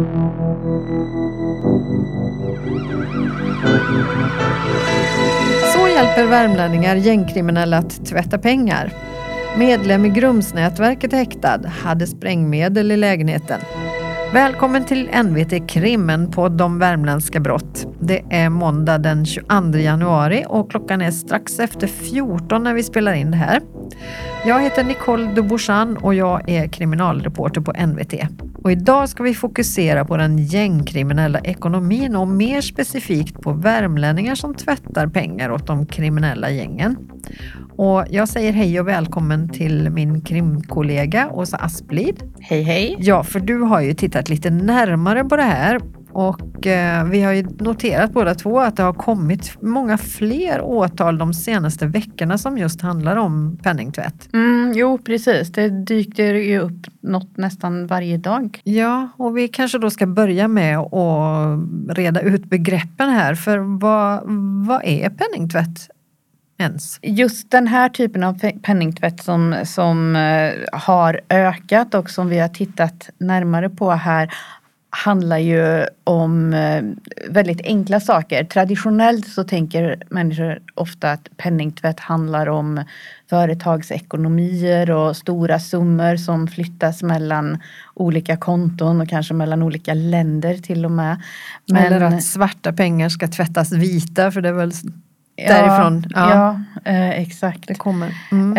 Så hjälper värmlänningar gängkriminella att tvätta pengar. Medlem i Grumsnätverket häktad hade sprängmedel i lägenheten. Välkommen till NVT Krim, en podd om värmländska brott. Det är måndag den 22 januari och klockan är strax efter 14 när vi spelar in det här. Jag heter Nicole Dubourchan och jag är kriminalreporter på NVT. Och idag ska vi fokusera på den gängkriminella ekonomin och mer specifikt på värmlänningar som tvättar pengar åt de kriminella gängen. Och jag säger hej och välkommen till min krimkollega Åsa Asplid. Hej hej. Ja, för du har ju tittat lite närmare på det här och vi har ju noterat båda två att det har kommit många fler åtal de senaste veckorna som just handlar om penningtvätt. Jo, precis. Det dyker ju upp något nästan varje dag. Ja, och vi kanske då ska börja med att reda ut begreppen här. För vad är penningtvätt ens? Just den här typen av penningtvätt som har ökat och som vi har tittat närmare på här handlar ju om väldigt enkla saker. Traditionellt så tänker människor ofta att penningtvätt handlar om företagsekonomier och stora summor som flyttas mellan olika konton och kanske mellan olika länder till och med. Eller att svarta pengar ska tvättas vita, för det är väl därifrån. Ja, exakt. Det kommer.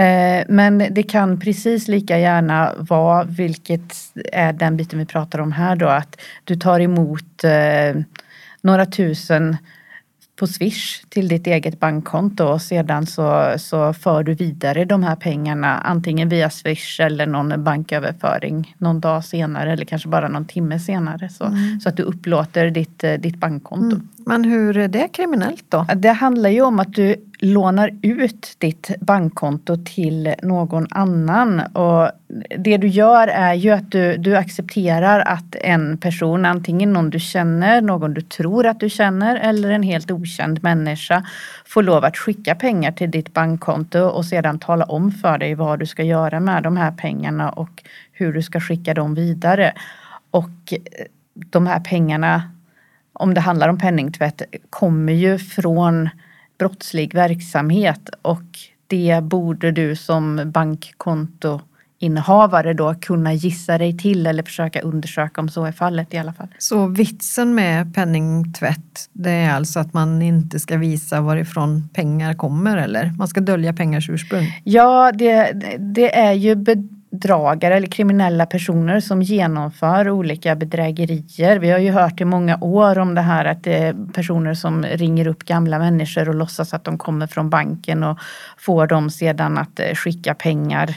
Men det kan precis lika gärna vara, vilket är den biten vi pratar om här då, att du tar emot några tusen på Swish till ditt eget bankkonto och sedan så för du vidare de här pengarna antingen via Swish eller någon banköverföring någon dag senare eller kanske bara någon timme senare så att du upplåter ditt bankkonto. Men hur är det kriminellt då? Det handlar ju om att du lånar ut ditt bankkonto till någon annan och det du gör är ju att du accepterar att en person, antingen någon du känner, någon du tror att du känner eller en helt okänd människa får lov att skicka pengar till ditt bankkonto och sedan tala om för dig vad du ska göra med de här pengarna och hur du ska skicka dem vidare. Och de här pengarna, om det handlar om penningtvätt, kommer ju från brottslig verksamhet och det borde du som bankkontoinnehavare då kunna gissa dig till eller försöka undersöka om så är fallet i alla fall. Så vitsen med penningtvätt, det är alltså att man inte ska visa varifrån pengar kommer, eller man ska dölja pengars ursprung? Ja, det är ju bedragare eller kriminella personer som genomför olika bedrägerier. Vi har ju hört i många år om det här att det är personer som ringer upp gamla människor och låtsas att de kommer från banken och får dem sedan att skicka pengar.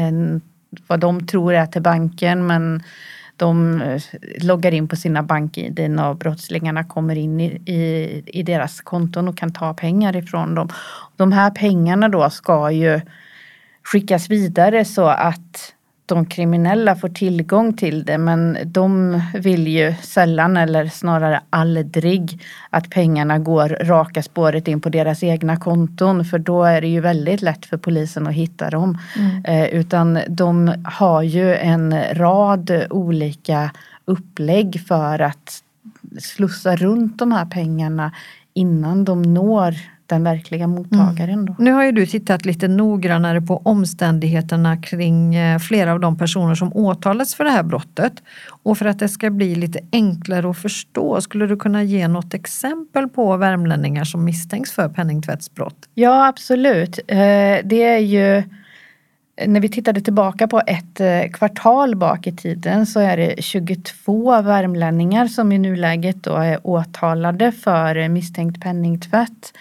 Vad de tror är till banken, men de loggar in på sina bank-id och brottslingarna kommer in i deras konton och kan ta pengar ifrån dem. De här pengarna då ska ju skickas vidare så att de kriminella får tillgång till det, men de vill ju sällan eller snarare aldrig att pengarna går raka spåret in på deras egna konton, för då är det ju väldigt lätt för polisen att hitta dem. Utan de har ju en rad olika upplägg för att slussa runt de här pengarna innan de når den verkliga mottagaren då. Nu har ju du tittat lite noggrannare på omständigheterna kring flera av de personer som åtalats för det här brottet. Och för att det ska bli lite enklare att förstå, skulle du kunna ge något exempel på värmlänningar som misstänks för penningtvättsbrott? Ja, absolut. Det är ju, när vi tittade tillbaka på ett kvartal bak i tiden, så är det 22 värmlänningar som i nuläget då är åtalade för misstänkt penningtvätt.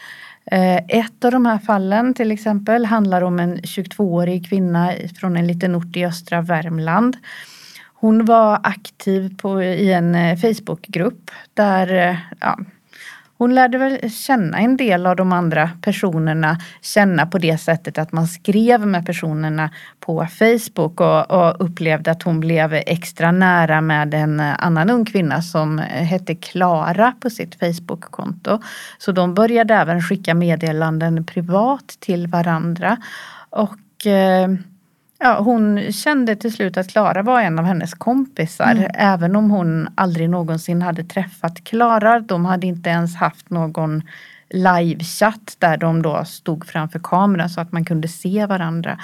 Ett av de här fallen till exempel handlar om en 22-årig kvinna från en liten ort i östra Värmland. Hon var aktiv i en Facebookgrupp där hon lärde väl känna en del av de andra personerna, känna på det sättet att man skrev med personerna på Facebook och upplevde att hon blev extra nära med en annan ung kvinna som hette Klara på sitt Facebook-konto. Så de började även skicka meddelanden privat till varandra och Ja, hon kände till slut att Klara var en av hennes kompisar. Även om hon aldrig någonsin hade träffat Klara. De hade inte ens haft någon livechatt där de då stod framför kameran så att man kunde se varandra.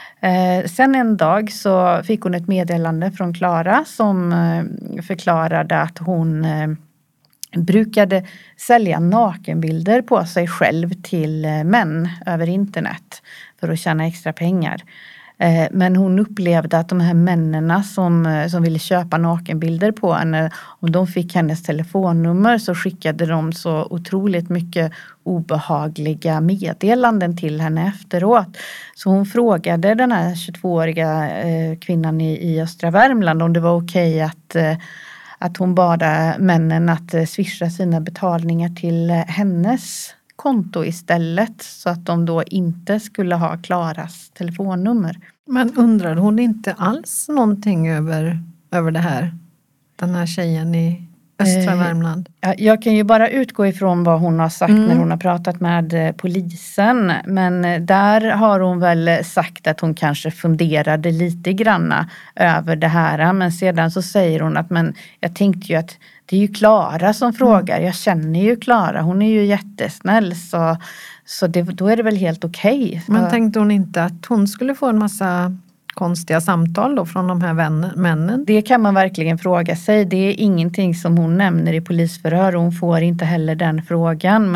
Sen en dag så fick hon ett meddelande från Klara som förklarade att hon brukade sälja nakenbilder på sig själv till män över internet för att tjäna extra pengar. Men hon upplevde att de här männen som ville köpa nakenbilder på henne, om de fick hennes telefonnummer så skickade de så otroligt mycket obehagliga meddelanden till henne efteråt. Så hon frågade den här 22-åriga kvinnan i östra Värmland om det var okej att hon bad männen att swisha sina betalningar till hennes konto istället så att de då inte skulle ha Klaras telefonnummer. Men undrade hon inte alls någonting över det här? Den här tjejen i östra Värmland. Jag kan ju bara utgå ifrån vad hon har sagt när hon har pratat med polisen. Men där har hon väl sagt att hon kanske funderade lite granna över det här. Men sedan så säger hon att men jag tänkte ju att det är ju Klara som frågar. Jag känner ju Klara. Hon är ju jättesnäll. Så då är det väl helt okej. Men tänkte hon inte att hon skulle få en massa konstiga samtal då från de här männen? Det kan man verkligen fråga sig. Det är ingenting som hon nämner i polisförhör. Hon får inte heller den frågan.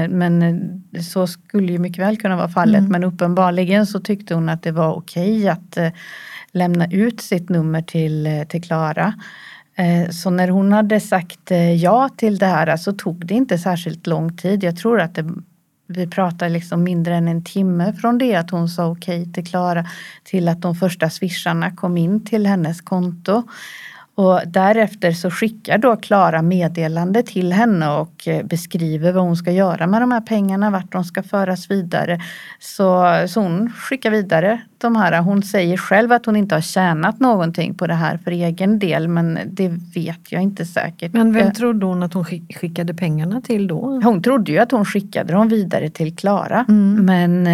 Men så skulle ju mycket väl kunna vara fallet. Men uppenbarligen så tyckte hon att det var okej att lämna ut sitt nummer till Klara. Så när hon hade sagt ja till det här så tog det inte särskilt lång tid. Jag tror att vi pratar liksom mindre än en timme från det att hon sa okej till Klara till att de första swisharna kom in till hennes konto. Och därefter så skickar då Klara meddelande till henne och beskriver vad hon ska göra med de här pengarna, vart de ska föras vidare. Så hon skickar vidare de här. Hon säger själv att hon inte har tjänat någonting på det här för egen del, men det vet jag inte säkert. Men vem trodde hon att hon skickade pengarna till då? Hon trodde ju att hon skickade dem vidare till Klara. Men,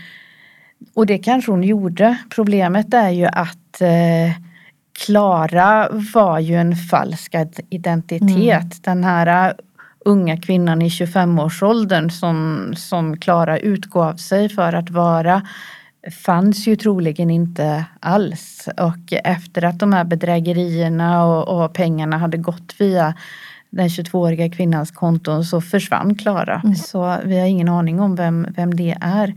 och det kanske hon gjorde. Problemet är ju att Klara var ju en falsk identitet. Den här unga kvinnan i 25-årsåldern som Klara utgav sig för att vara fanns ju troligen inte alls. Och efter att de här bedrägerierna och pengarna hade gått via den 22-åriga kvinnans konton så försvann Klara. Så vi har ingen aning om vem det är.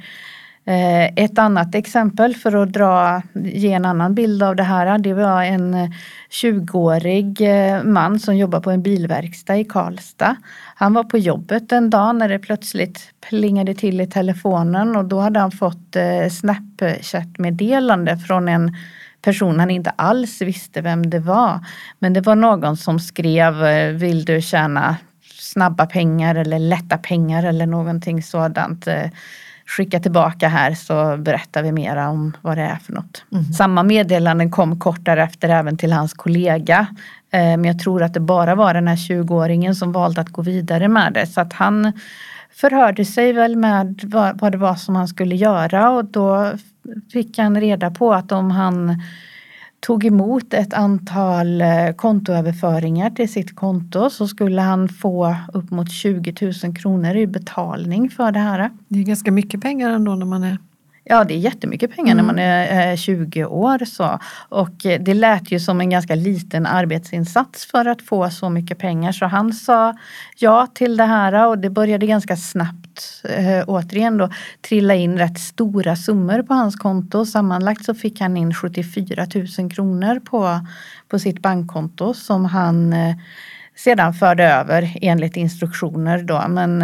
Ett annat exempel för att ge en annan bild av det här. Det var en 20-årig man som jobbar på en bilverkstad i Karlstad. Han var på jobbet en dag när det plötsligt plingade till i telefonen och då hade han fått Snapchat-meddelande från en person han inte alls visste vem det var. Men det var någon som skrev, vill du tjäna snabba pengar eller lätta pengar eller någonting sådant. Skicka tillbaka här så berättar vi mera om vad det är för något. Samma meddelanden kom kort därefter även till hans kollega. Men jag tror att det bara var den här 20-åringen som valde att gå vidare med det. Så att han förhörde sig väl med vad det var som han skulle göra. Och då fick han reda på att om han tog emot ett antal kontoöverföringar till sitt konto så skulle han få upp mot 20 000 kronor i betalning för det här. Det är ganska mycket pengar ändå när man är... Ja, det är jättemycket pengar när man är 20 år. Så. Och det lät ju som en ganska liten arbetsinsats för att få så mycket pengar. Så han sa ja till det här och det började ganska snabbt återigen då trilla in rätt stora summor på hans konto. Sammanlagt så fick han in 74 000 kronor på sitt bankkonto som han sedan förde över enligt instruktioner då. Men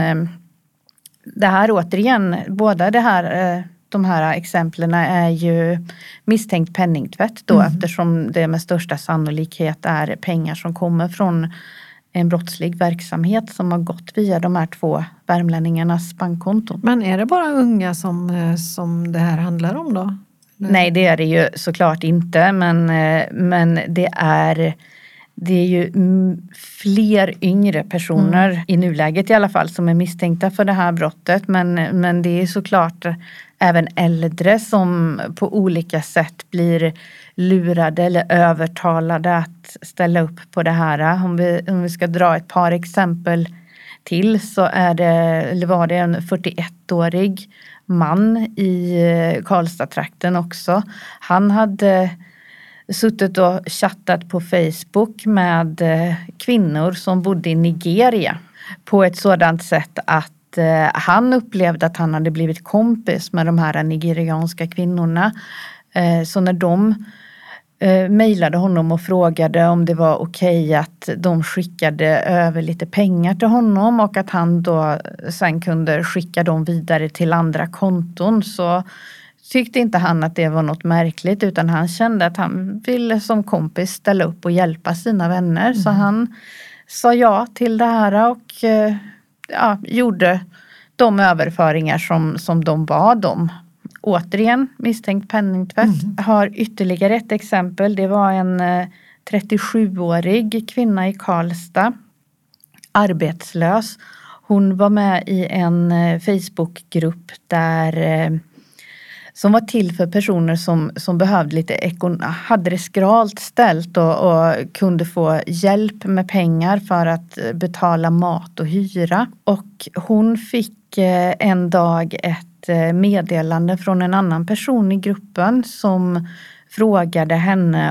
det här återigen, båda de här exemplen är ju misstänkt penningtvätt då eftersom det med största sannolikhet är pengar som kommer från en brottslig verksamhet som har gått via de här två värmlänningarnas bankkonton. Men är det bara unga som det här handlar om då? Nej, det är det ju såklart inte, men det är det är ju fler yngre personer i nuläget i alla fall som är misstänkta för det här brottet. Men det är såklart även äldre som på olika sätt blir lurade eller övertalade att ställa upp på det här. Om vi ska dra ett par exempel till så var det en 41-årig man i Karlstad-trakten också. Han hade suttit och chattat på Facebook med kvinnor som bodde i Nigeria på ett sådant sätt att han upplevde att han hade blivit kompis med de här nigerianska kvinnorna. Så när de mejlade honom och frågade om det var okej att de skickade över lite pengar till honom och att han då sen kunde skicka dem vidare till andra konton, så tyckte inte han att det var något märkligt, utan han kände att han ville som kompis ställa upp och hjälpa sina vänner. Så han sa ja till det här och gjorde de överföringar som de bad om. Återigen misstänkt penningtvätt. Jag har ytterligare ett exempel. Det var en 37-årig kvinna i Karlstad. Arbetslös. Hon var med i en Facebookgrupp som var till för personer som behövde hade det skralt ställt och kunde få hjälp med pengar för att betala mat och hyra. Och hon fick en dag ett meddelande från en annan person i gruppen som frågade henne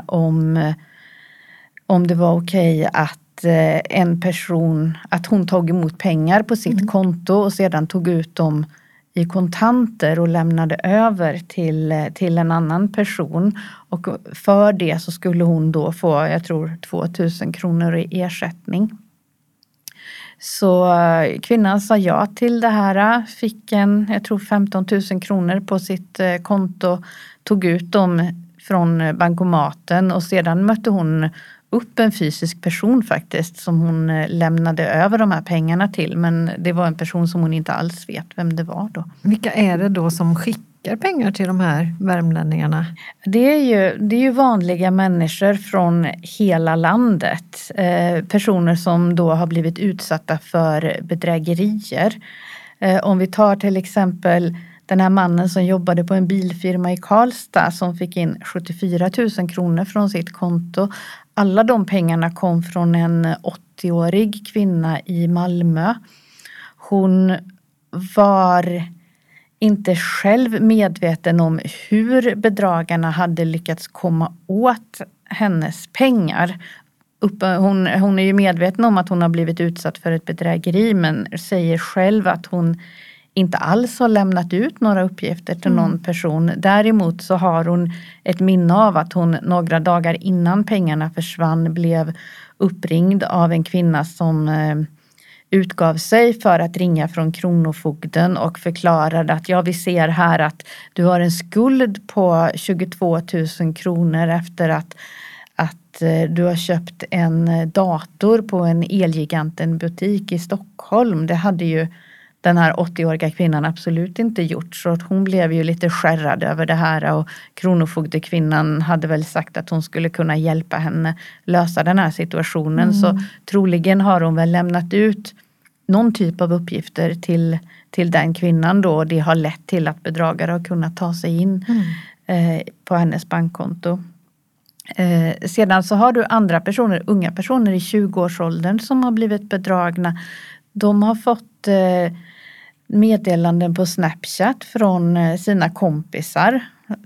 om det var okej att en person, att hon tog emot pengar på sitt konto och sedan tog ut dem i kontanter och lämnade över till en annan person. Och för det så skulle hon då få, jag tror, 2000 kronor i ersättning. Så kvinnan sa ja till det här, fick jag tror 15 000 kronor på sitt konto, tog ut dem från bankomaten och sedan mötte hon upp en fysisk person faktiskt som hon lämnade över de här pengarna till. Men det var en person som hon inte alls vet vem det var då. Vilka är det då som skickar pengar till de här värmlänningarna? Det är ju vanliga människor från hela landet. Personer som då har blivit utsatta för bedrägerier. Om vi tar till exempel den här mannen som jobbade på en bilfirma i Karlstad som fick in 74 000 kronor från sitt konto. Alla de pengarna kom från en 80-årig kvinna i Malmö. Hon var inte själv medveten om hur bedragarna hade lyckats komma åt hennes pengar. Hon är ju medveten om att hon har blivit utsatt för ett bedrägeri, men säger själv att hon inte alls har lämnat ut några uppgifter till någon person. Däremot så har hon ett minne av att hon några dagar innan pengarna försvann blev uppringd av en kvinna som utgav sig för att ringa från Kronofogden och förklarade att vi ser här att du har en skuld på 22 000 kronor efter att du har köpt en dator på en Elgiganten-butik i Stockholm. Det hade ju den här 80-åriga kvinnan absolut inte gjort, så att hon blev ju lite skärrad över det här och Kronofogdekvinnan hade väl sagt att hon skulle kunna hjälpa henne lösa den här situationen. Så troligen har hon väl lämnat ut någon typ av uppgifter till den kvinnan då, och det har lett till att bedragare har kunnat ta sig in på hennes bankkonto. Sedan så har du andra personer, unga personer i 20-årsåldern som har blivit bedragna. De har fått meddelanden på Snapchat från sina kompisar.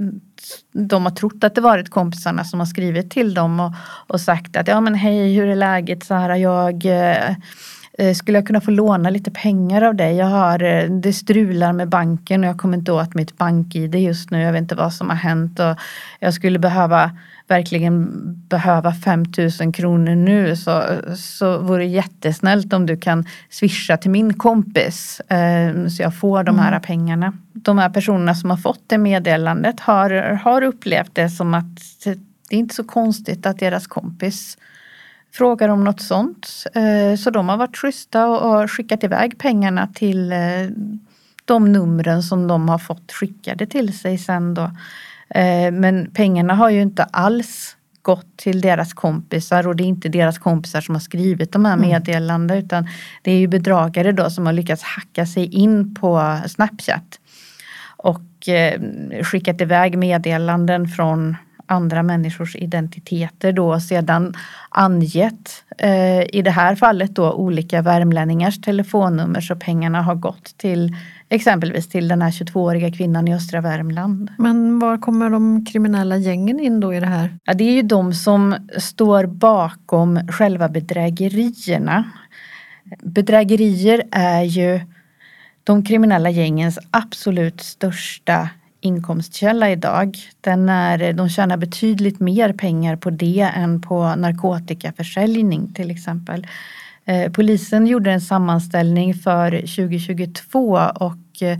De har trott att det varit kompisarna som har skrivit till dem och sagt att hej, hur är läget? Så här, skulle jag kunna få låna lite pengar av dig? Det strular med banken och jag kommer inte åt mitt bank-ID just nu. Jag vet inte vad som har hänt och jag skulle verkligen behöva 5 000 kronor nu, så vore det jättesnällt om du kan swisha till min kompis så jag får de här pengarna. De här personerna som har fått det meddelandet har upplevt det som att det är inte så konstigt att deras kompis frågar om något sånt. Så de har varit schyssta och skickat iväg pengarna till de numren som de har fått skickade till sig sen då. Men pengarna har ju inte alls gått till deras kompisar och det är inte deras kompisar som har skrivit de här meddelandena utan det är ju bedragare då som har lyckats hacka sig in på Snapchat och skickat iväg meddelanden från andra människors identiteter då och sedan angett i det här fallet då olika värmlänningars telefonnummer så pengarna har gått till exempelvis till den här 22-åriga kvinnan i östra Värmland. Men var kommer de kriminella gängen in då i det här? Ja, det är ju de som står bakom själva bedrägerierna. Bedrägerier är ju de kriminella gängens absolut största inkomstkälla idag. De tjänar betydligt mer pengar på det än på narkotikaförsäljning till exempel. Polisen gjorde en sammanställning för 2022 och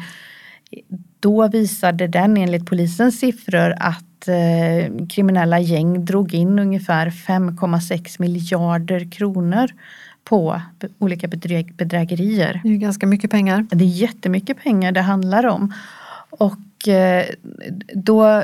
då visade den enligt polisens siffror att kriminella gäng drog in ungefär 5,6 miljarder kronor på olika bedrägerier. Det är ju ganska mycket pengar. Det är jättemycket pengar det handlar om. Och då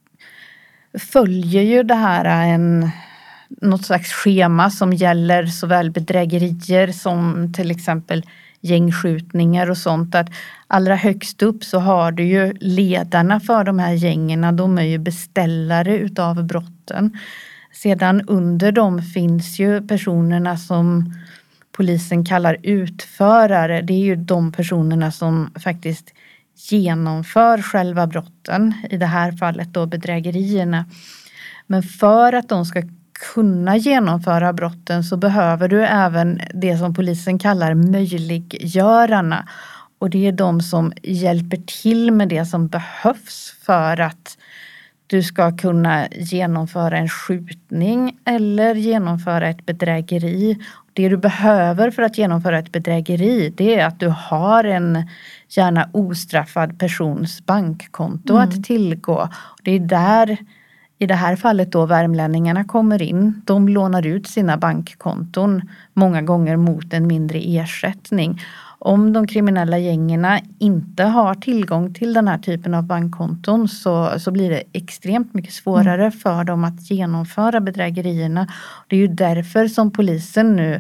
följer ju det här något slags schema som gäller såväl bedrägerier som till exempel gängskjutningar och sånt. Att allra högst upp så har du ju ledarna för de här gängerna. De är ju beställare utav brotten. Sedan under dem finns ju personerna som polisen kallar utförare. Det är ju de personerna som faktiskt genomför själva brotten. I det här fallet då bedrägerierna. Men för att de ska kunna genomföra brotten så behöver du även det som polisen kallar möjliggörarna. Och det är de som hjälper till med det som behövs för att du ska kunna genomföra en skjutning eller genomföra ett bedrägeri. Det du behöver för att genomföra ett bedrägeri det är att du har en gärna ostraffad persons bankkonto att tillgå. Det är där i det här fallet då värmlänningarna kommer in. De lånar ut sina bankkonton många gånger mot en mindre ersättning. Om de kriminella gängerna inte har tillgång till den här typen av bankkonton så blir det extremt mycket svårare för dem att genomföra bedrägerierna. Det är ju därför som polisen nu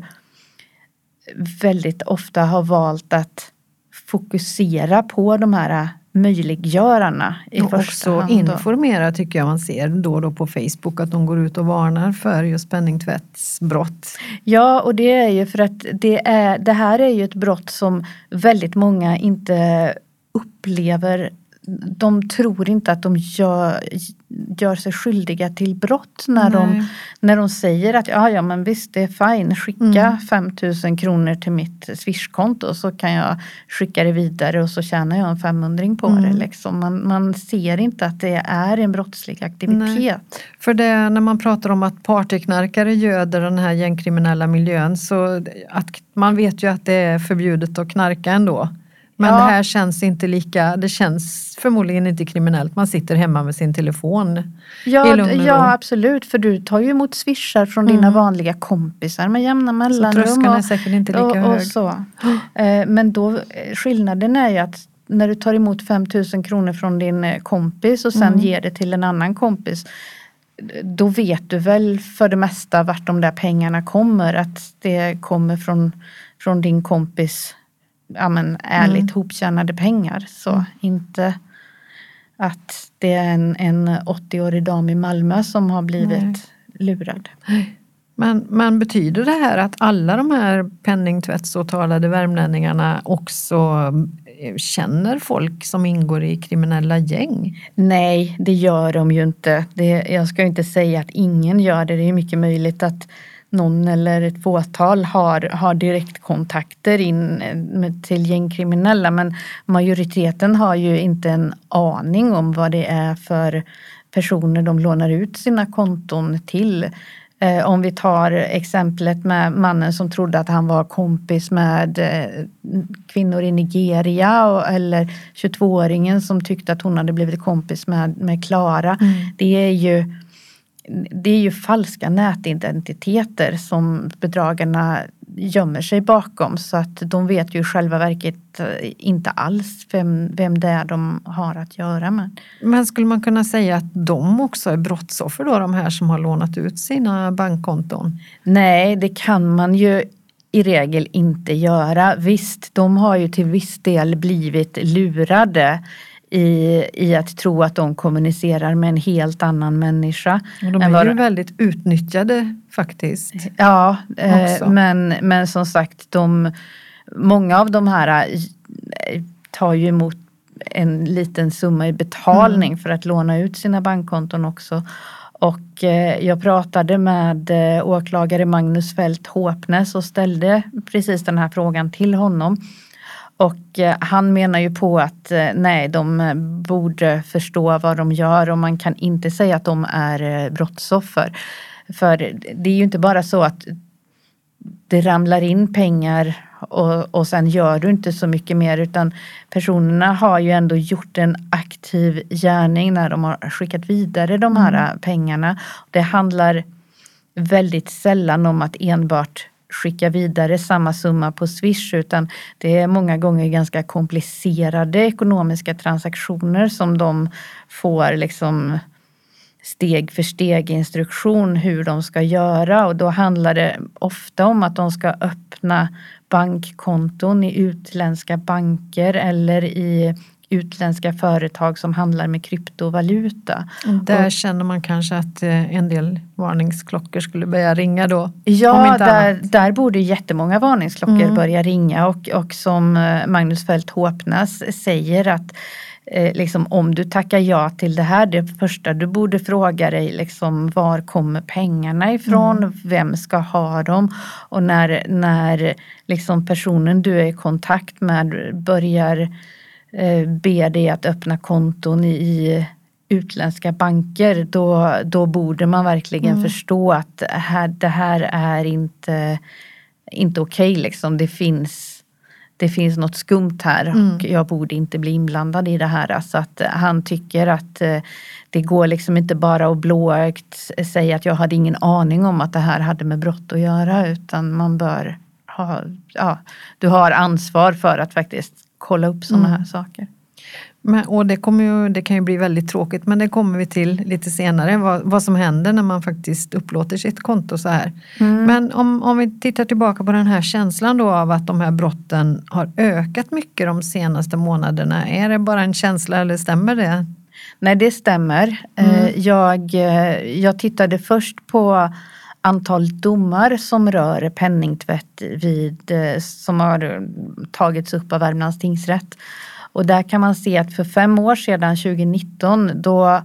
väldigt ofta har valt att fokusera på de här möjliggörarna i och första också hand. informera tycker jag man ser då på Facebook att de går ut och varnar för just penningtvättsbrott. Ja, och det är ju för att det här är ju ett brott som väldigt många inte upplever. De tror inte att de gör sig skyldiga till brott när de säger att ja men visst det är fine, skicka 5 000 kronor till mitt swishkonto så kan jag skicka det vidare och så tjänar jag en 500 på det liksom. Man ser inte att det är en brottslig aktivitet. Nej. För det, när man pratar om att partyknarkare göder den här gängkriminella miljön så att man vet ju att det är förbjudet att knarka ändå. Men det här känns inte lika, det känns förmodligen inte kriminellt. Man sitter hemma med sin telefon i lugn och ro. Ja, absolut. För du tar ju emot swishar från dina vanliga kompisar med jämna mellanrum. Så tröskeln är säkert inte lika hög. Och så. Men då, skillnaden är ju att när du tar emot 5 000 kronor från din kompis och sen ger det till en annan kompis. Då vet du väl för det mesta vart de där pengarna kommer. Att det kommer från din kompis ärligt hoptjänade pengar. Så inte att det är en 80-årig dam i Malmö som har blivit lurad. Men betyder det här att alla de här penningtvättsåtalade värmlänningarna också känner folk som ingår i kriminella gäng? Nej, det gör de ju inte. Jag ska ju inte säga att ingen gör det. Det är mycket möjligt att någon eller ett fåtal har direktkontakter in till gängkriminella, men majoriteten har ju inte en aning om vad det är för personer de lånar ut sina konton till. Om vi tar exemplet med mannen som trodde att han var kompis med kvinnor i Nigeria eller 22-åringen som tyckte att hon hade blivit kompis med Klara. Det är ju falska nätidentiteter som bedragarna gömmer sig bakom, så att de vet ju i själva verket inte alls vem det är de har att göra med. Men skulle man kunna säga att de också är brottsoffer då, de här som har lånat ut sina bankkonton? Nej, det kan man ju i regel inte göra. Visst, de har ju till viss del blivit lurade i att tro att de kommunicerar med en helt annan människa. Och de är ju väldigt utnyttjade faktiskt. Ja, men som sagt, många av de här tar ju emot en liten summa i betalning för att låna ut sina bankkonton också. Och jag pratade med åklagare Magnus Fält Håpnäs och ställde precis den här frågan till honom. Och han menar ju på att nej, de borde förstå vad de gör och man kan inte säga att de är brottsoffer. För det är ju inte bara så att det ramlar in pengar och sen gör du inte så mycket mer, utan personerna har ju ändå gjort en aktiv gärning när de har skickat vidare de här pengarna. Det handlar väldigt sällan om att enbart skicka vidare samma summa på Swish, utan det är många gånger ganska komplicerade ekonomiska transaktioner som de får liksom steg för steg instruktion hur de ska göra, och då handlar det ofta om att de ska öppna bankkonton i utländska banker eller i utländska företag som handlar med kryptovaluta. Där känner man kanske att en del varningsklockor skulle börja ringa då. Ja, där borde jättemånga varningsklockor börja ringa, och som Magnus Fält Håpnäs säger att liksom, om du tackar ja till det här, det första du borde fråga dig liksom, var kommer pengarna ifrån, vem ska ha dem, och när liksom, personen du är i kontakt med börjar be dig att öppna konton i utländska banker, då borde man verkligen förstå att det här är inte okej, liksom. Det finns något skumt här och jag borde inte bli inblandad i det här. Så att han tycker att det går liksom inte bara att blåögt säga att jag hade ingen aning om att det här hade med brott att göra, utan man bör du har ansvar för att faktiskt kolla upp sådana här saker. Och det kan ju bli väldigt tråkigt, men det kommer vi till lite senare, vad som händer när man faktiskt upplåter sitt konto så här. Men om vi tittar tillbaka på den här känslan då av att de här brotten har ökat mycket de senaste månaderna, är det bara en känsla eller stämmer det? Nej, det stämmer. Jag tittade först på antal domar som rör penningtvätt som har tagits upp av Värmlands tingsrätt. Och där kan man se att för 5 år sedan, 2019, då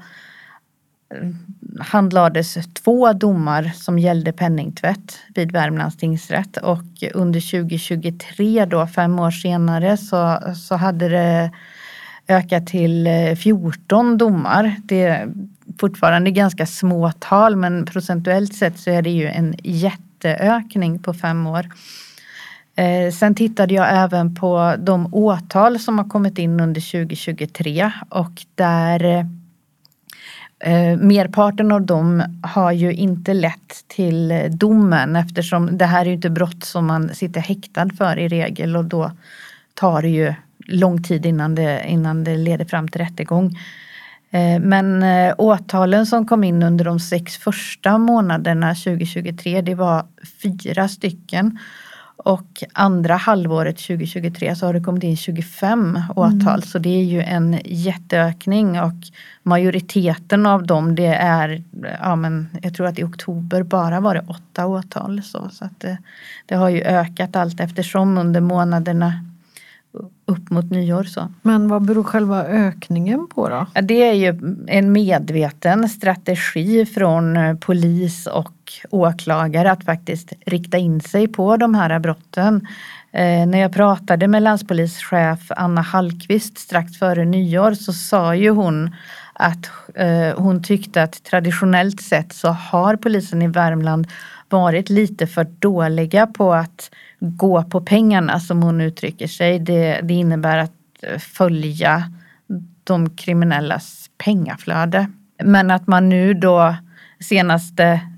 handlades 2 domar som gällde penningtvätt vid Värmlands tingsrätt. Och under 2023, då 5 år senare, så hade det ökat till 14 domar. Det är fortfarande ganska små tal, men procentuellt sett så är det ju en jätteökning på 5 år. Sen tittade jag även på de åtal som har kommit in under 2023, och där merparten av dem har ju inte lett till domen, eftersom det här är ju inte brott som man sitter häktad för i regel, och då tar det ju lång tid innan det leder fram till rättegång. Men åtalen som kom in under de 6 första månaderna 2023, det var 4 stycken. Och andra halvåret 2023 så har det kommit in 25 åtal. Så det är ju en jätteökning, och majoriteten av dem, det är, jag tror att i oktober bara var det 8 åtal. Så att det har ju ökat allt eftersom under månaderna upp mot nyår. Så. Men vad beror själva ökningen på då? Ja, det är ju en medveten strategi från polis och åklagare att faktiskt rikta in sig på de här brotten. När jag pratade med länspolischef Anna Hallqvist strax före nyår, så sa ju hon att hon tyckte att traditionellt sett så har polisen i Värmland varit lite för dåliga på att gå på pengarna, som hon uttrycker sig. Det innebär att följa de kriminellas pengaflöde. Men att man nu då senaste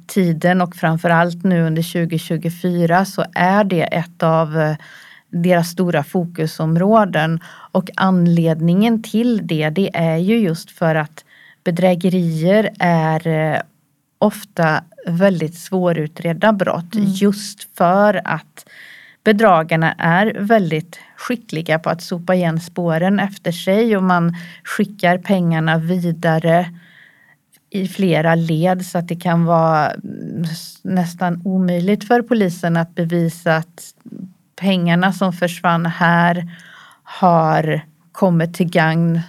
tiden och framförallt nu under 2024 så är det ett av deras stora fokusområden. Och anledningen till det är ju just för att bedrägerier är ofta väldigt svårutredda brott just för att bedragarna är väldigt skickliga på att sopa igen spåren efter sig och man skickar pengarna vidare i flera led så att det kan vara nästan omöjligt för polisen att bevisa att pengarna som försvann här har kommit till gagn.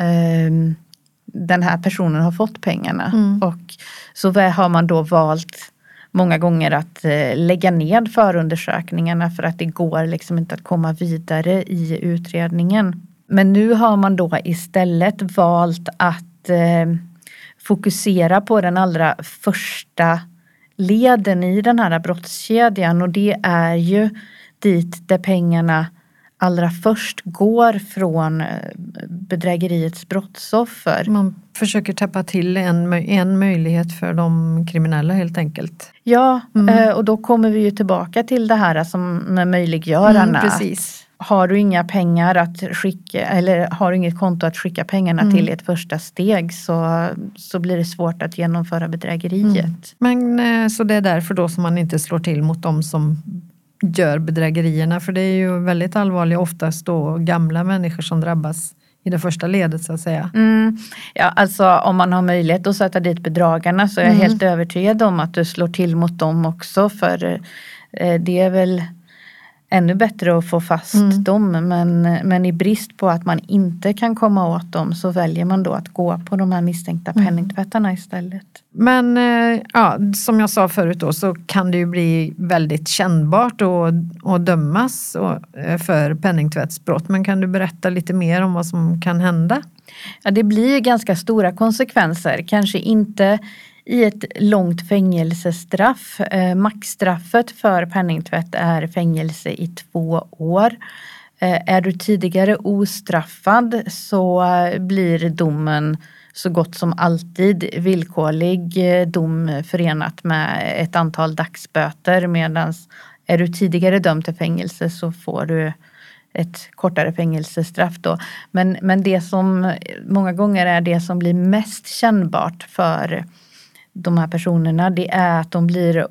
Den här personen har fått pengarna och så har man då valt många gånger att lägga ned förundersökningarna för att det går liksom inte att komma vidare i utredningen. Men nu har man då istället valt att fokusera på den allra första leden i den här brottskedjan och det är ju dit där pengarna allra först går från bedrägeriets brottsoffer. Man försöker täppa till en möjlighet för de kriminella helt enkelt. Ja, och då kommer vi ju tillbaka till det här som med möjliggörarna. Precis. Har du inga pengar att skicka eller har du inget konto att skicka pengarna till i ett första steg så blir det svårt att genomföra bedrägeriet. Men så det är därför då som man inte slår till mot dem som gör bedrägerierna, för det är ju väldigt allvarligt, oftast då gamla människor som drabbas i det första ledet så att säga. Ja, alltså om man har möjlighet att sätta dit bedragarna så är jag helt övertygad om att du slår till mot dem också, för det är väl ännu bättre att få fast dem, men i brist på att man inte kan komma åt dem så väljer man då att gå på de här misstänkta penningtvättarna istället. Men ja, som jag sa förut då så kan det ju bli väldigt kännbart och dömas för penningtvättsbrott. Men kan du berätta lite mer om vad som kan hända? Ja, det blir ganska stora konsekvenser. Kanske inte i ett långt fängelsestraff. Maxstraffet för penningtvätt är fängelse i 2 år. Är du tidigare ostraffad så blir domen så gott som alltid villkorlig dom förenat med ett antal dagsböter, medan är du tidigare dömd till fängelse så får du ett kortare fängelsestraff då. Men det som många gånger är det som blir mest kännbart för de här personerna, det är att de blir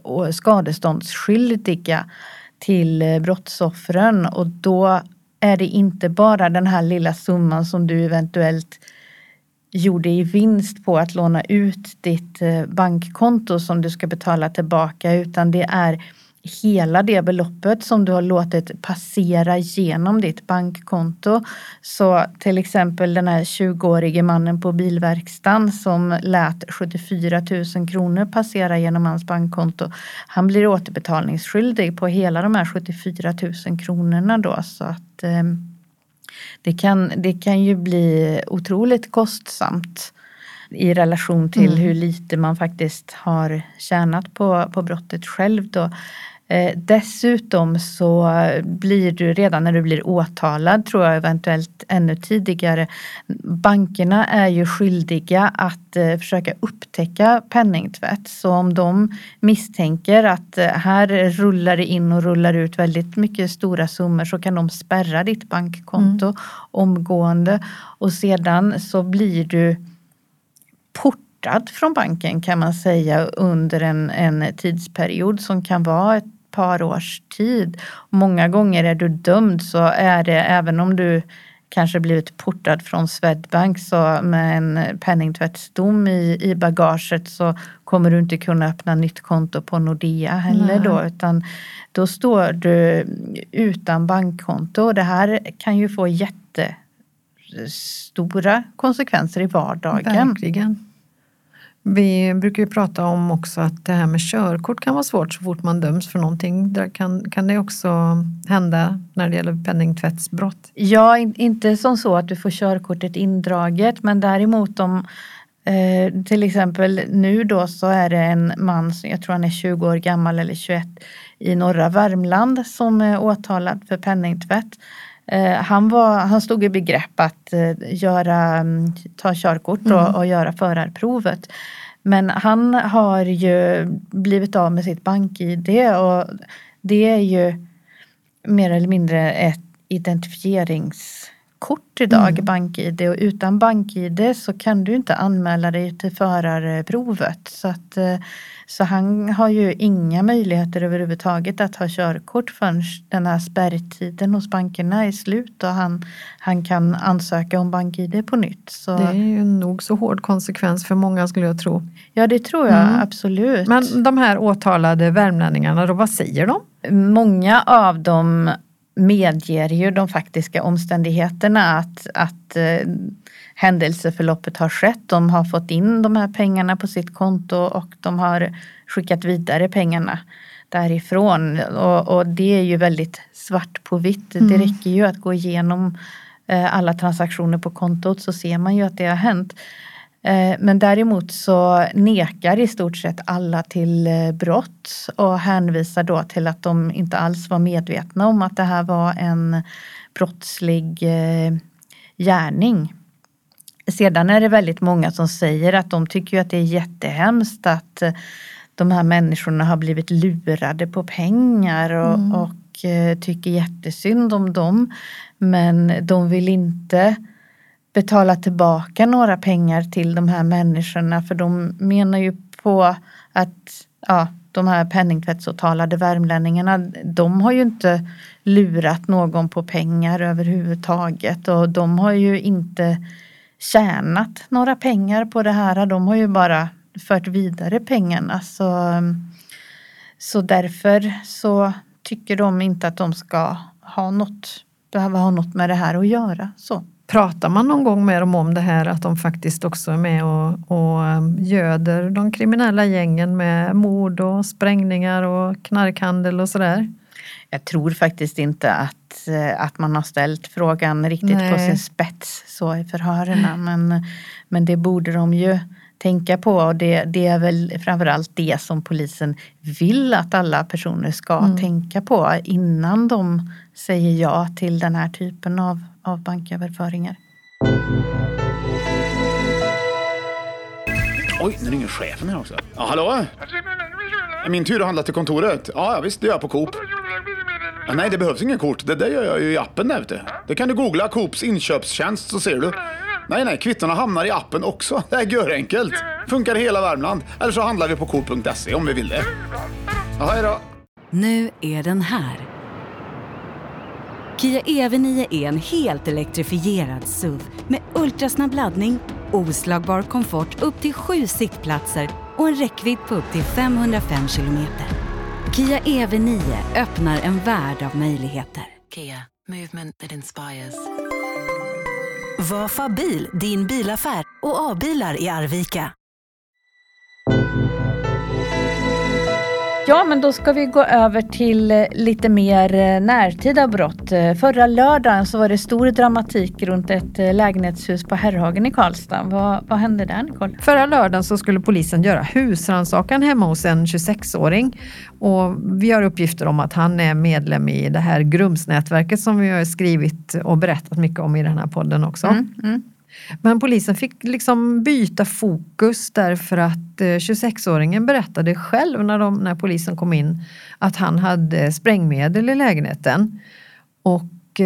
skadeståndsskyldiga till brottsoffren, och då är det inte bara den här lilla summan som du eventuellt gjorde i vinst på att låna ut ditt bankkonto som du ska betala tillbaka, utan det är hela det beloppet som du har låtit passera genom ditt bankkonto. Så till exempel den här 20-årige mannen på bilverkstan som lät 74 000 kronor passera genom hans bankkonto. Han blir återbetalningsskyldig på hela de här 74 000 kronorna då, så att det kan ju bli otroligt kostsamt i relation till hur lite man faktiskt har tjänat på brottet själv då. Dessutom så blir du redan när du blir åtalad, tror jag eventuellt ännu tidigare, bankerna är ju skyldiga att försöka upptäcka penningtvätt. Så om de misstänker att här rullar det in och rullar ut väldigt mycket stora summor, så kan de spärra ditt bankkonto omgående, och sedan så blir du portad från banken, kan man säga, under en tidsperiod som kan vara ett par års tid. Många gånger är du dömd, så är det, även om du kanske blivit portad från Swedbank, så med en penningtvättsdom i bagaget så kommer du inte kunna öppna nytt konto på Nordea heller då, utan då står du utan bankkonto, och det här kan ju få jättestora konsekvenser i vardagen. Verkligen. Vi brukar ju prata om också att det här med körkort kan vara svårt så fort man döms för någonting. Där kan det också hända när det gäller penningtvättsbrott? Ja, inte som så att du får körkortet indraget, men däremot om till exempel nu då så är det en man, jag tror han är 20 år gammal eller 21, i norra Värmland som är åtalad för penningtvätt. Han stod i begrepp att ta körkort och göra förarprovet. Men han har ju blivit av med sitt BankID och det är ju mer eller mindre ett identifieringskort idag, BankID. Och utan BankID så kan du inte anmäla dig till förarprovet. Så han har ju inga möjligheter överhuvudtaget att ha körkort förrän den här spärrtiden hos bankerna är slut och han kan ansöka om BankID på nytt. Så det är ju nog så hård konsekvens för många, skulle jag tro. ja, det tror jag absolut. Men de här åtalade värmlänningarna då, vad säger de? Många av dem medger ju de faktiska omständigheterna att händelseförloppet har skett. De har fått in de här pengarna på sitt konto och de har skickat vidare pengarna därifrån. Och det är ju väldigt svart på vitt. Det räcker ju att gå igenom alla transaktioner på kontot så ser man ju att det har hänt. Men däremot så nekar i stort sett alla till brott och hänvisar då till att de inte alls var medvetna om att det här var en brottslig gärning. Sedan är det väldigt många som säger att de tycker att det är jättehemskt att de här människorna har blivit lurade på pengar och tycker jättesynd om dem. Men de vill inte betala tillbaka några pengar till de här människorna, för de menar ju på att de här penningtvättsåtalade värmlänningarna, de har ju inte lurat någon på pengar överhuvudtaget och de har ju inte tjänat några pengar på det här. De har ju bara fört vidare pengarna. Så därför så tycker de inte att de ska behöva ha något med det här att göra. Så. Pratar man någon gång med dem om det här, att de faktiskt också är med och göder de kriminella gängen med mord och sprängningar och knarkhandel och sådär? Jag tror faktiskt inte att man har ställt frågan riktigt på sin spets så i förhörerna. Men det borde de ju tänka på, och det är väl framförallt det som polisen vill att alla personer ska tänka på innan de säger ja till den här typen av banköverföringar. Oj, nu ringer chefen här också. Ja, hallå? Min tur att handla till kontoret. Ja, visst, det gör jag på Coop. Ja, nej, det behövs ingen kort. Det där gör jag ju i appen där, vet du. Det kan du googla Coops inköpstjänst så ser du. Nej, kvittorna hamnar i appen också. Det är görenkelt. Funkar i hela Värmland. Eller så handlar vi på coop.se om vi vill det. Ja, hej då. Nu är den här. Kia EV9 är en helt elektrifierad SUV med ultrasnabb laddning, oslagbar komfort upp till 7 sittplatser och en räckvidd på upp till 505 kilometer. Kia EV9 öppnar en värld av möjligheter. Kia, movement that inspires. Vafa bil, din bilaffär och A-bilar i Arvika. Ja, men då ska vi gå över till lite mer närtida brott. Förra lördagen så var det stor dramatik runt ett lägenhetshus på Herrhagen i Karlstad. Vad hände där, Nicole? Förra lördagen så skulle polisen göra husrannsakan hemma hos en 26-åring. Och vi har uppgifter om att han är medlem i det här Grumsnätverket som vi har skrivit och berättat mycket om i den här podden också. Men polisen fick liksom byta fokus därför att 26-åringen berättade själv när polisen kom in att han hade sprängmedel i lägenheten. Och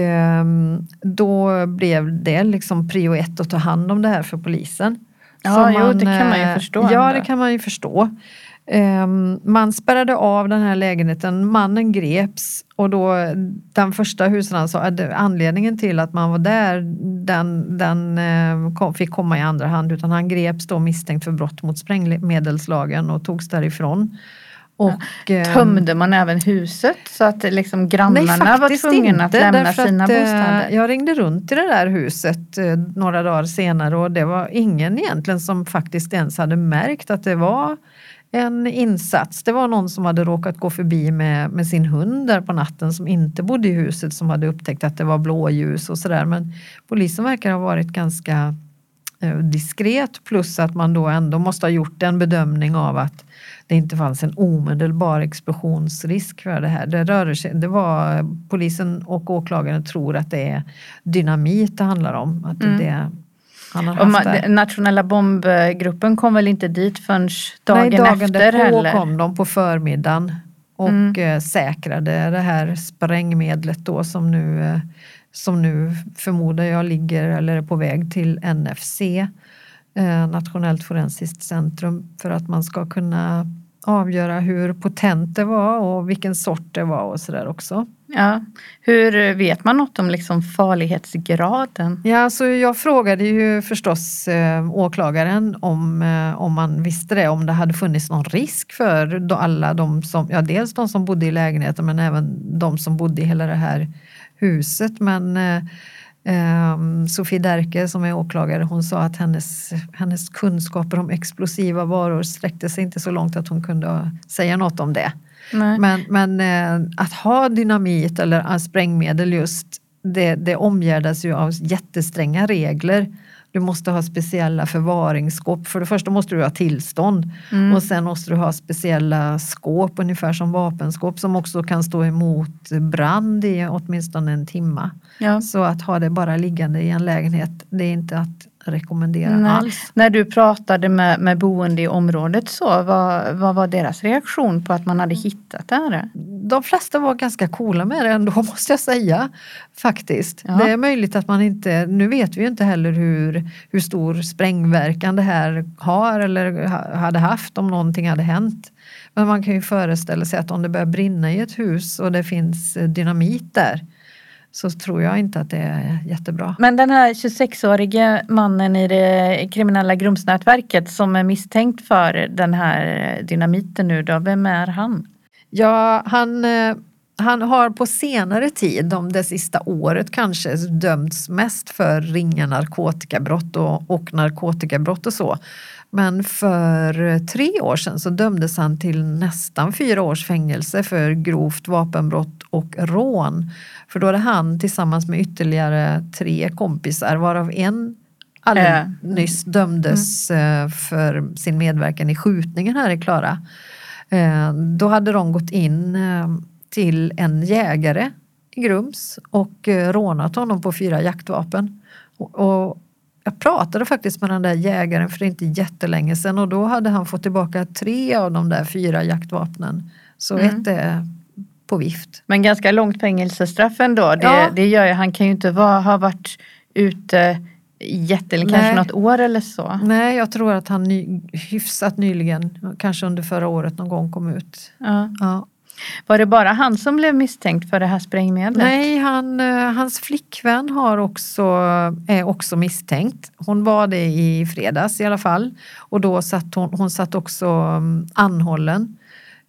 då blev det liksom prio 1 att ta hand om det här för polisen. Ja, det kan man ju förstå. Ja, det kan man ju förstå. Man spärrade av den här lägenheten, mannen greps och då den första husrannsakan, anledningen till att man var där, den fick komma i andra hand, utan han greps då misstänkt för brott mot sprängmedelslagen och togs därifrån. Och tömde man även huset så att liksom grannarna var tvungna att lämna sina bostäder? Jag ringde runt i det där huset några dagar senare och det var ingen egentligen som faktiskt ens hade märkt att det var en insats. Det var någon som hade råkat gå förbi med sin hund där på natten som inte bodde i huset, som hade upptäckt att det var blåljus och sådär. Men polisen verkar ha varit ganska diskret, plus att man då ändå måste ha gjort en bedömning av att det inte fanns en omedelbar explosionsrisk för det här. Det var polisen och åklagaren tror att det är dynamit det handlar om. Att han har haft där. Nationella bombgruppen kom väl inte dit förrän dagen efter heller? Kom de på förmiddagen och säkrade det här sprängmedlet då som nu förmodar jag ligger eller är på väg till NFC, Nationellt forensiskt centrum, för att man ska kunna avgöra hur potent det var och vilken sort det var och sådär också. Ja, hur vet man något om liksom farlighetsgraden? Ja, så jag frågade ju förstås åklagaren om man visste det, om det hade funnits någon risk för alla de som, dels de som bodde i lägenheten men även de som bodde i hela det här huset. Men Sofie Derke som är åklagare, hon sa att hennes kunskaper om explosiva varor sträckte sig inte så långt att hon kunde säga något om det. Men att ha dynamit eller sprängmedel just, det omgärdas ju av jättestränga regler. Du måste ha speciella förvaringsskåp. För det första måste du ha tillstånd. Och sen måste du ha speciella skåp, ungefär som vapenskåp, som också kan stå emot brand i åtminstone en timme. Ja. Så att ha det bara liggande i en lägenhet, det är inte att rekommendera alls. När du pratade med boende i området så, vad var deras reaktion på att man hade hittat det här? De flesta var ganska coola med det ändå, måste jag säga, faktiskt. Ja. Det är möjligt att man inte, nu vet vi ju inte heller hur stor sprängverkan det här har eller hade haft om någonting hade hänt. Men man kan ju föreställa sig att om det börjar brinna i ett hus och det finns dynamit där, så tror jag inte att det är jättebra. Men den här 26-årige mannen i det kriminella Grumsnätverket som är misstänkt för den här dynamiten nu då, vem är han? Ja, han har på senare tid, om det sista året kanske, dömts mest för ringa narkotikabrott och narkotikabrott och så. Men för 3 år sedan så dömdes han till nästan 4 års fängelse för grovt vapenbrott och rån. För då hade han tillsammans med ytterligare 3 kompisar, varav en nyss dömdes för sin medverkan i skjutningen här i Klara. Då hade de gått in till en jägare i Grums och rånat honom på 4 jaktvapen. Och jag pratade faktiskt med den där jägaren för inte jättelänge sedan, och då hade han fått tillbaka 3 av de där 4 jaktvapnen. Så ett är på vift. Men ganska långt fängelsestraff ändå. Det gör ju, han kan ju inte ha varit ute kanske något år eller så. Nej, jag tror att han hyfsat nyligen, kanske under förra året någon gång, kom ut. Ja. Var det bara han som blev misstänkt för det här sprängmedlet? Nej, hans flickvän är också misstänkt. Hon var det i fredags i alla fall. Och då satt hon satt också anhållen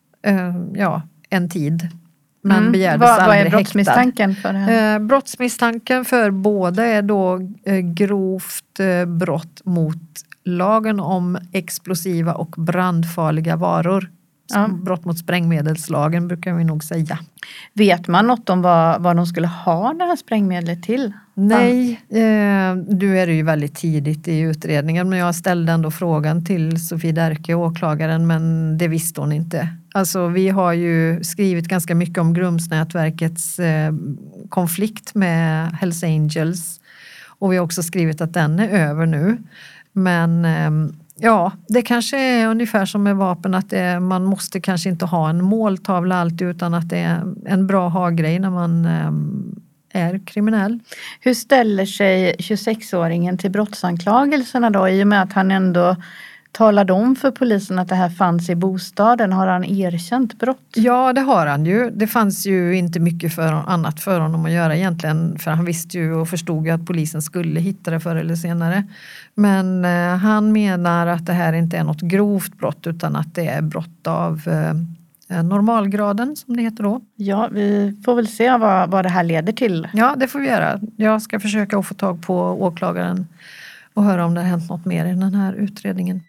en tid. Men begärdes aldrig häktad. Vad är brottsmisstanken för det här? Brottsmisstanken för båda är då grovt brott mot lagen om explosiva och brandfarliga varor. Brott mot sprängmedelslagen brukar vi nog säga. Vet man något om vad de skulle ha det här sprängmedlet till? Nej, du är ju väldigt tidigt i utredningen, men jag ställde ändå frågan till Sofie Derke, åklagaren, men det visste hon inte. Alltså vi har ju skrivit ganska mycket om Grumsnätverkets konflikt med Hells Angels, och vi har också skrivit att den är över nu. Men det kanske är ungefär som med vapen, att man måste kanske inte ha en måltavla alltid, utan att det är en bra ha-grej när man är kriminell. Hur ställer sig 26-åringen till brottsanklagelserna då, i och med att han ändå talade om för polisen att det här fanns i bostaden? Har han erkänt brott? Ja, det har han ju. Det fanns ju inte mycket annat för honom att göra egentligen, för han visste ju och förstod ju att polisen skulle hitta det förr eller senare. Men han menar att det här inte är något grovt brott, utan att det är brott av normalgraden, som det heter då. Ja, vi får väl se vad det här leder till. Ja, det får vi göra. Jag ska försöka att få tag på åklagaren och höra om det har hänt något mer i den här utredningen.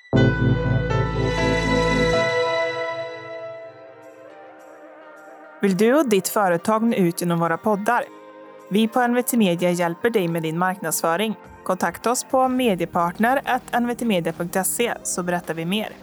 Vill du och ditt företag nå ut genom våra poddar? Vi på NVT Media hjälper dig med din marknadsföring. Kontakta oss på mediepartner@nvtmedia.se så berättar vi mer.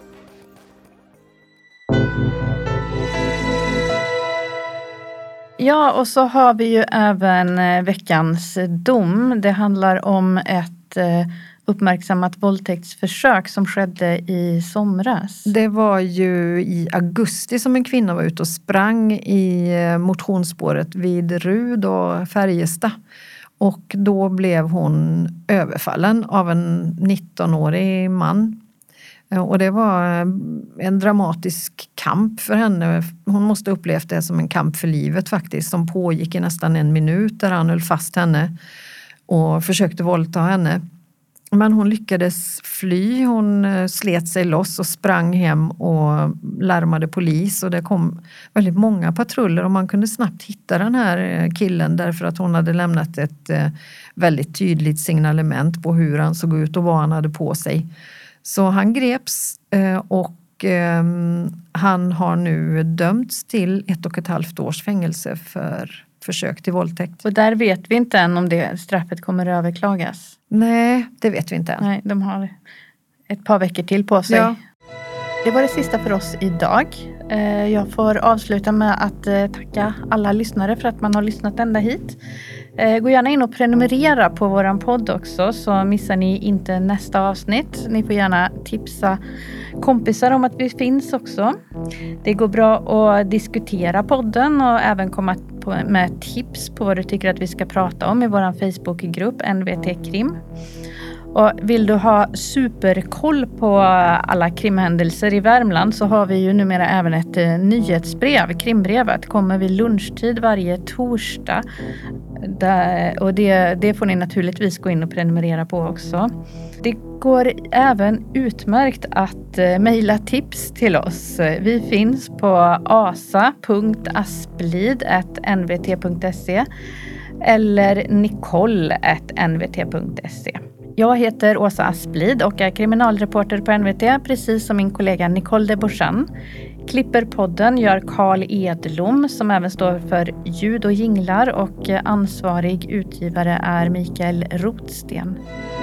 Ja, och så har vi ju även veckans dom. Det handlar om ett ett uppmärksammat våldtäktsförsök som skedde i somras. Det var ju i augusti som en kvinna var ute och sprang i motionsspåret vid Rud och Färjestad. Och då blev hon överfallen av en 19-årig man. Och det var en dramatisk kamp för henne. Hon måste upplevt det som en kamp för livet faktiskt. Som pågick i nästan 1 minut där han höll fast henne och försökte våldta henne. Men hon lyckades fly. Hon slet sig loss och sprang hem och larmade polis. Och det kom väldigt många patruller och man kunde snabbt hitta den här killen därför att hon hade lämnat ett väldigt tydligt signalement på hur han såg ut och vad han hade på sig. Så han greps och han har nu dömts till 1,5 års fängelse för försök till våldtäkt. Och där vet vi inte än om det straffet kommer att överklagas. Nej, det vet vi inte än. Nej, de har ett par veckor till på sig. Ja. Det var det sista för oss idag. Jag får avsluta med att tacka alla lyssnare för att man har lyssnat ända hit. Gå gärna in och prenumerera på våran podd också så missar ni inte nästa avsnitt. Ni får gärna tipsa kompisar om att vi finns också. Det går bra att diskutera podden och även komma med tips på vad du tycker att vi ska prata om i våran Facebookgrupp NVT Krim. Och vill du ha superkoll på alla krimhändelser i Värmland så har vi ju numera även ett nyhetsbrev. Krimbrevet kommer vid lunchtid varje torsdag. Och det får ni naturligtvis gå in och prenumerera på också. Det går även utmärkt att mejla tips till oss. Vi finns på asa.asplid@nvt.se eller nicole@nvt.se. Jag heter Åsa Asplid och är kriminalreporter på NVT, precis som min kollega Nicole de Bourchan. Klipper podden gör Carl Edlom som även står för ljud och jinglar och ansvarig utgivare är Mikael Rotsten.